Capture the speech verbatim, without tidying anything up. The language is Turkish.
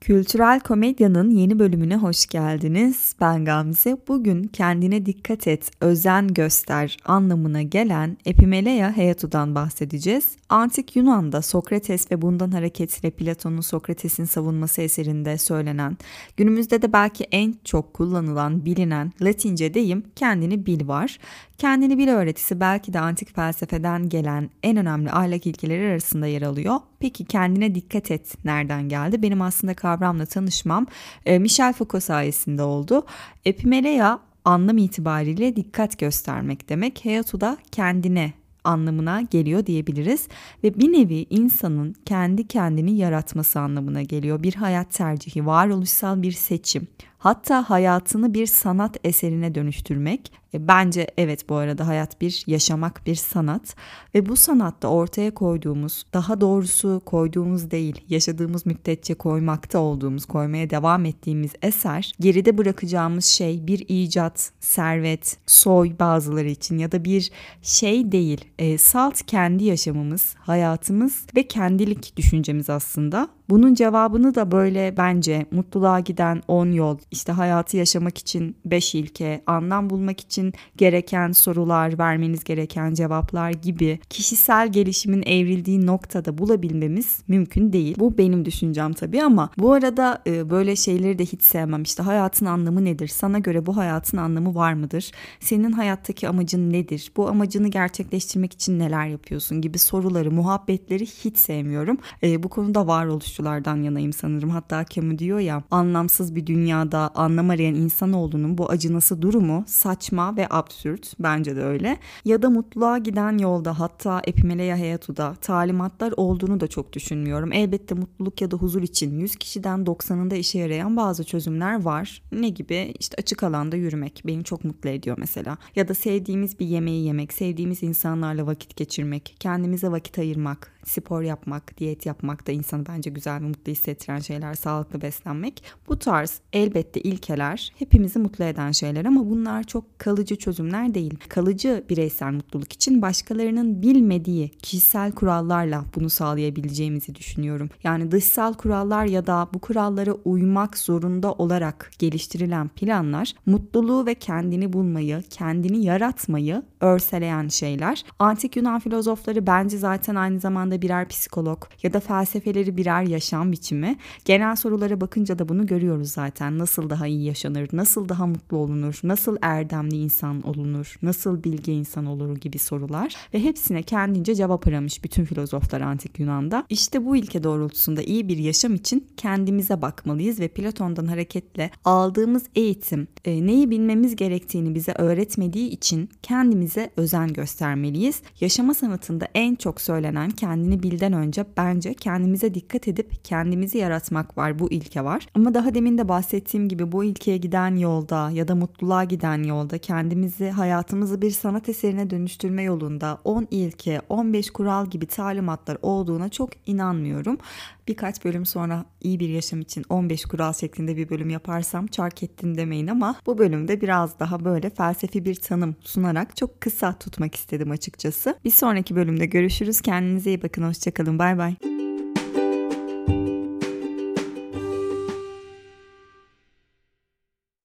Kültürel Komedya'nın yeni bölümüne hoş geldiniz. Ben Gamze. Bugün kendine dikkat et, özen göster anlamına gelen Epimeleia Heauto'dan bahsedeceğiz. Antik Yunan'da Sokrates ve bundan hareketle Platon'un Sokrates'in savunması eserinde söylenen, günümüzde de belki en çok kullanılan, bilinen Latince deyim kendini bil var. Kendini bil öğretisi belki de antik felsefeden gelen en önemli ahlak ilkeleri arasında yer alıyor. Peki kendine dikkat et nereden geldi? Benim aslında kavramla tanışmam Michel Foucault sayesinde oldu. Epimeleia anlam itibariyle dikkat göstermek demek. Heauto da kendine anlamına geliyor diyebiliriz ve bir nevi insanın kendi kendini yaratması anlamına geliyor. Bir hayat tercihi, varoluşsal bir seçim. Hatta hayatını bir sanat eserine dönüştürmek. E, bence evet, bu arada hayat bir yaşamak, bir sanat ve bu sanatta ortaya koyduğumuz, daha doğrusu koyduğumuz değil, yaşadığımız müddetçe koymakta olduğumuz, koymaya devam ettiğimiz eser, geride bırakacağımız şey bir icat, servet, soy bazıları için ya da bir şey değil. E, salt kendi yaşamımız, hayatımız ve kendilik düşüncemiz aslında. Bunun cevabını da böyle bence mutluluğa giden on yol, işte hayatı yaşamak için beş ilke, anlam bulmak için gereken sorular, vermeniz gereken cevaplar gibi kişisel gelişimin evrildiği noktada bulabilmemiz mümkün değil. Bu benim düşüncem tabii ama bu arada e, böyle şeyleri de hiç sevmem. İşte hayatın anlamı nedir? Sana göre bu hayatın anlamı var mıdır? Senin hayattaki amacın nedir? Bu amacını gerçekleştirmek için neler yapıyorsun gibi soruları, muhabbetleri hiç sevmiyorum. E, bu konuda varoluşçulardan yanayım sanırım. Hatta Camus diyor ya, anlamsız bir dünyada anlam arayan insanoğlunun bu acınası durumu saçma ve absürt. Bence de öyle. Ya da mutluluğa giden yolda, hatta Epimeleia Heauto'da talimatlar olduğunu da çok düşünmüyorum. Elbette mutluluk ya da huzur için yüz kişiden doksanında işe yarayan bazı çözümler var. Ne gibi? İşte açık alanda yürümek beni çok mutlu ediyor mesela. Ya da sevdiğimiz bir yemeği yemek, sevdiğimiz insanlarla vakit geçirmek, kendimize vakit ayırmak, spor yapmak, diyet yapmak da insanı bence güzel ve mutlu hissettiren şeyler, sağlıklı beslenmek. Bu tarz elbette ilkeler hepimizi mutlu eden şeyler ama bunlar çok kalıcı çözümler değil. Kalıcı bireysel mutluluk için başkalarının bilmediği kişisel kurallarla bunu sağlayabileceğimizi düşünüyorum. Yani dışsal kurallar ya da bu kurallara uymak zorunda olarak geliştirilen planlar mutluluğu ve kendini bulmayı, kendini yaratmayı örseleyen şeyler. Antik Yunan filozofları bence zaten aynı zamanda birer psikolog ya da felsefeleri birer yaşam biçimi. Genel sorulara bakınca da bunu görüyoruz zaten. Nasıl daha iyi yaşanır, nasıl daha mutlu olunur, nasıl erdemli insan olunur, nasıl bilge insan olur gibi sorular ve hepsine kendince cevap aramış bütün filozoflar Antik Yunan'da. İşte bu ilke doğrultusunda iyi bir yaşam için kendimize bakmalıyız ve Platon'dan hareketle aldığımız eğitim e, neyi bilmemiz gerektiğini bize öğretmediği için kendimize özen göstermeliyiz. Yaşama sanatında en çok söylenen kendini bilden önce bence kendimize dikkat edip kendimizi yaratmak var, bu ilke var. Ama daha demin de bahsettiğim gibi bu ilkeye giden yolda ya da mutluluğa giden yolda kendimizi, hayatımızı bir sanat eserine dönüştürme yolunda on ilke, on beş kural gibi talimatlar olduğuna çok inanmıyorum. Birkaç bölüm sonra iyi bir yaşam için on beş kural şeklinde bir bölüm yaparsam çark ettin demeyin ama bu bölümde biraz daha böyle felsefi bir tanım sunarak çok kısa tutmak istedim açıkçası. Bir sonraki bölümde görüşürüz. Kendinize iyi bakın. Hoşçakalın. Bay bay.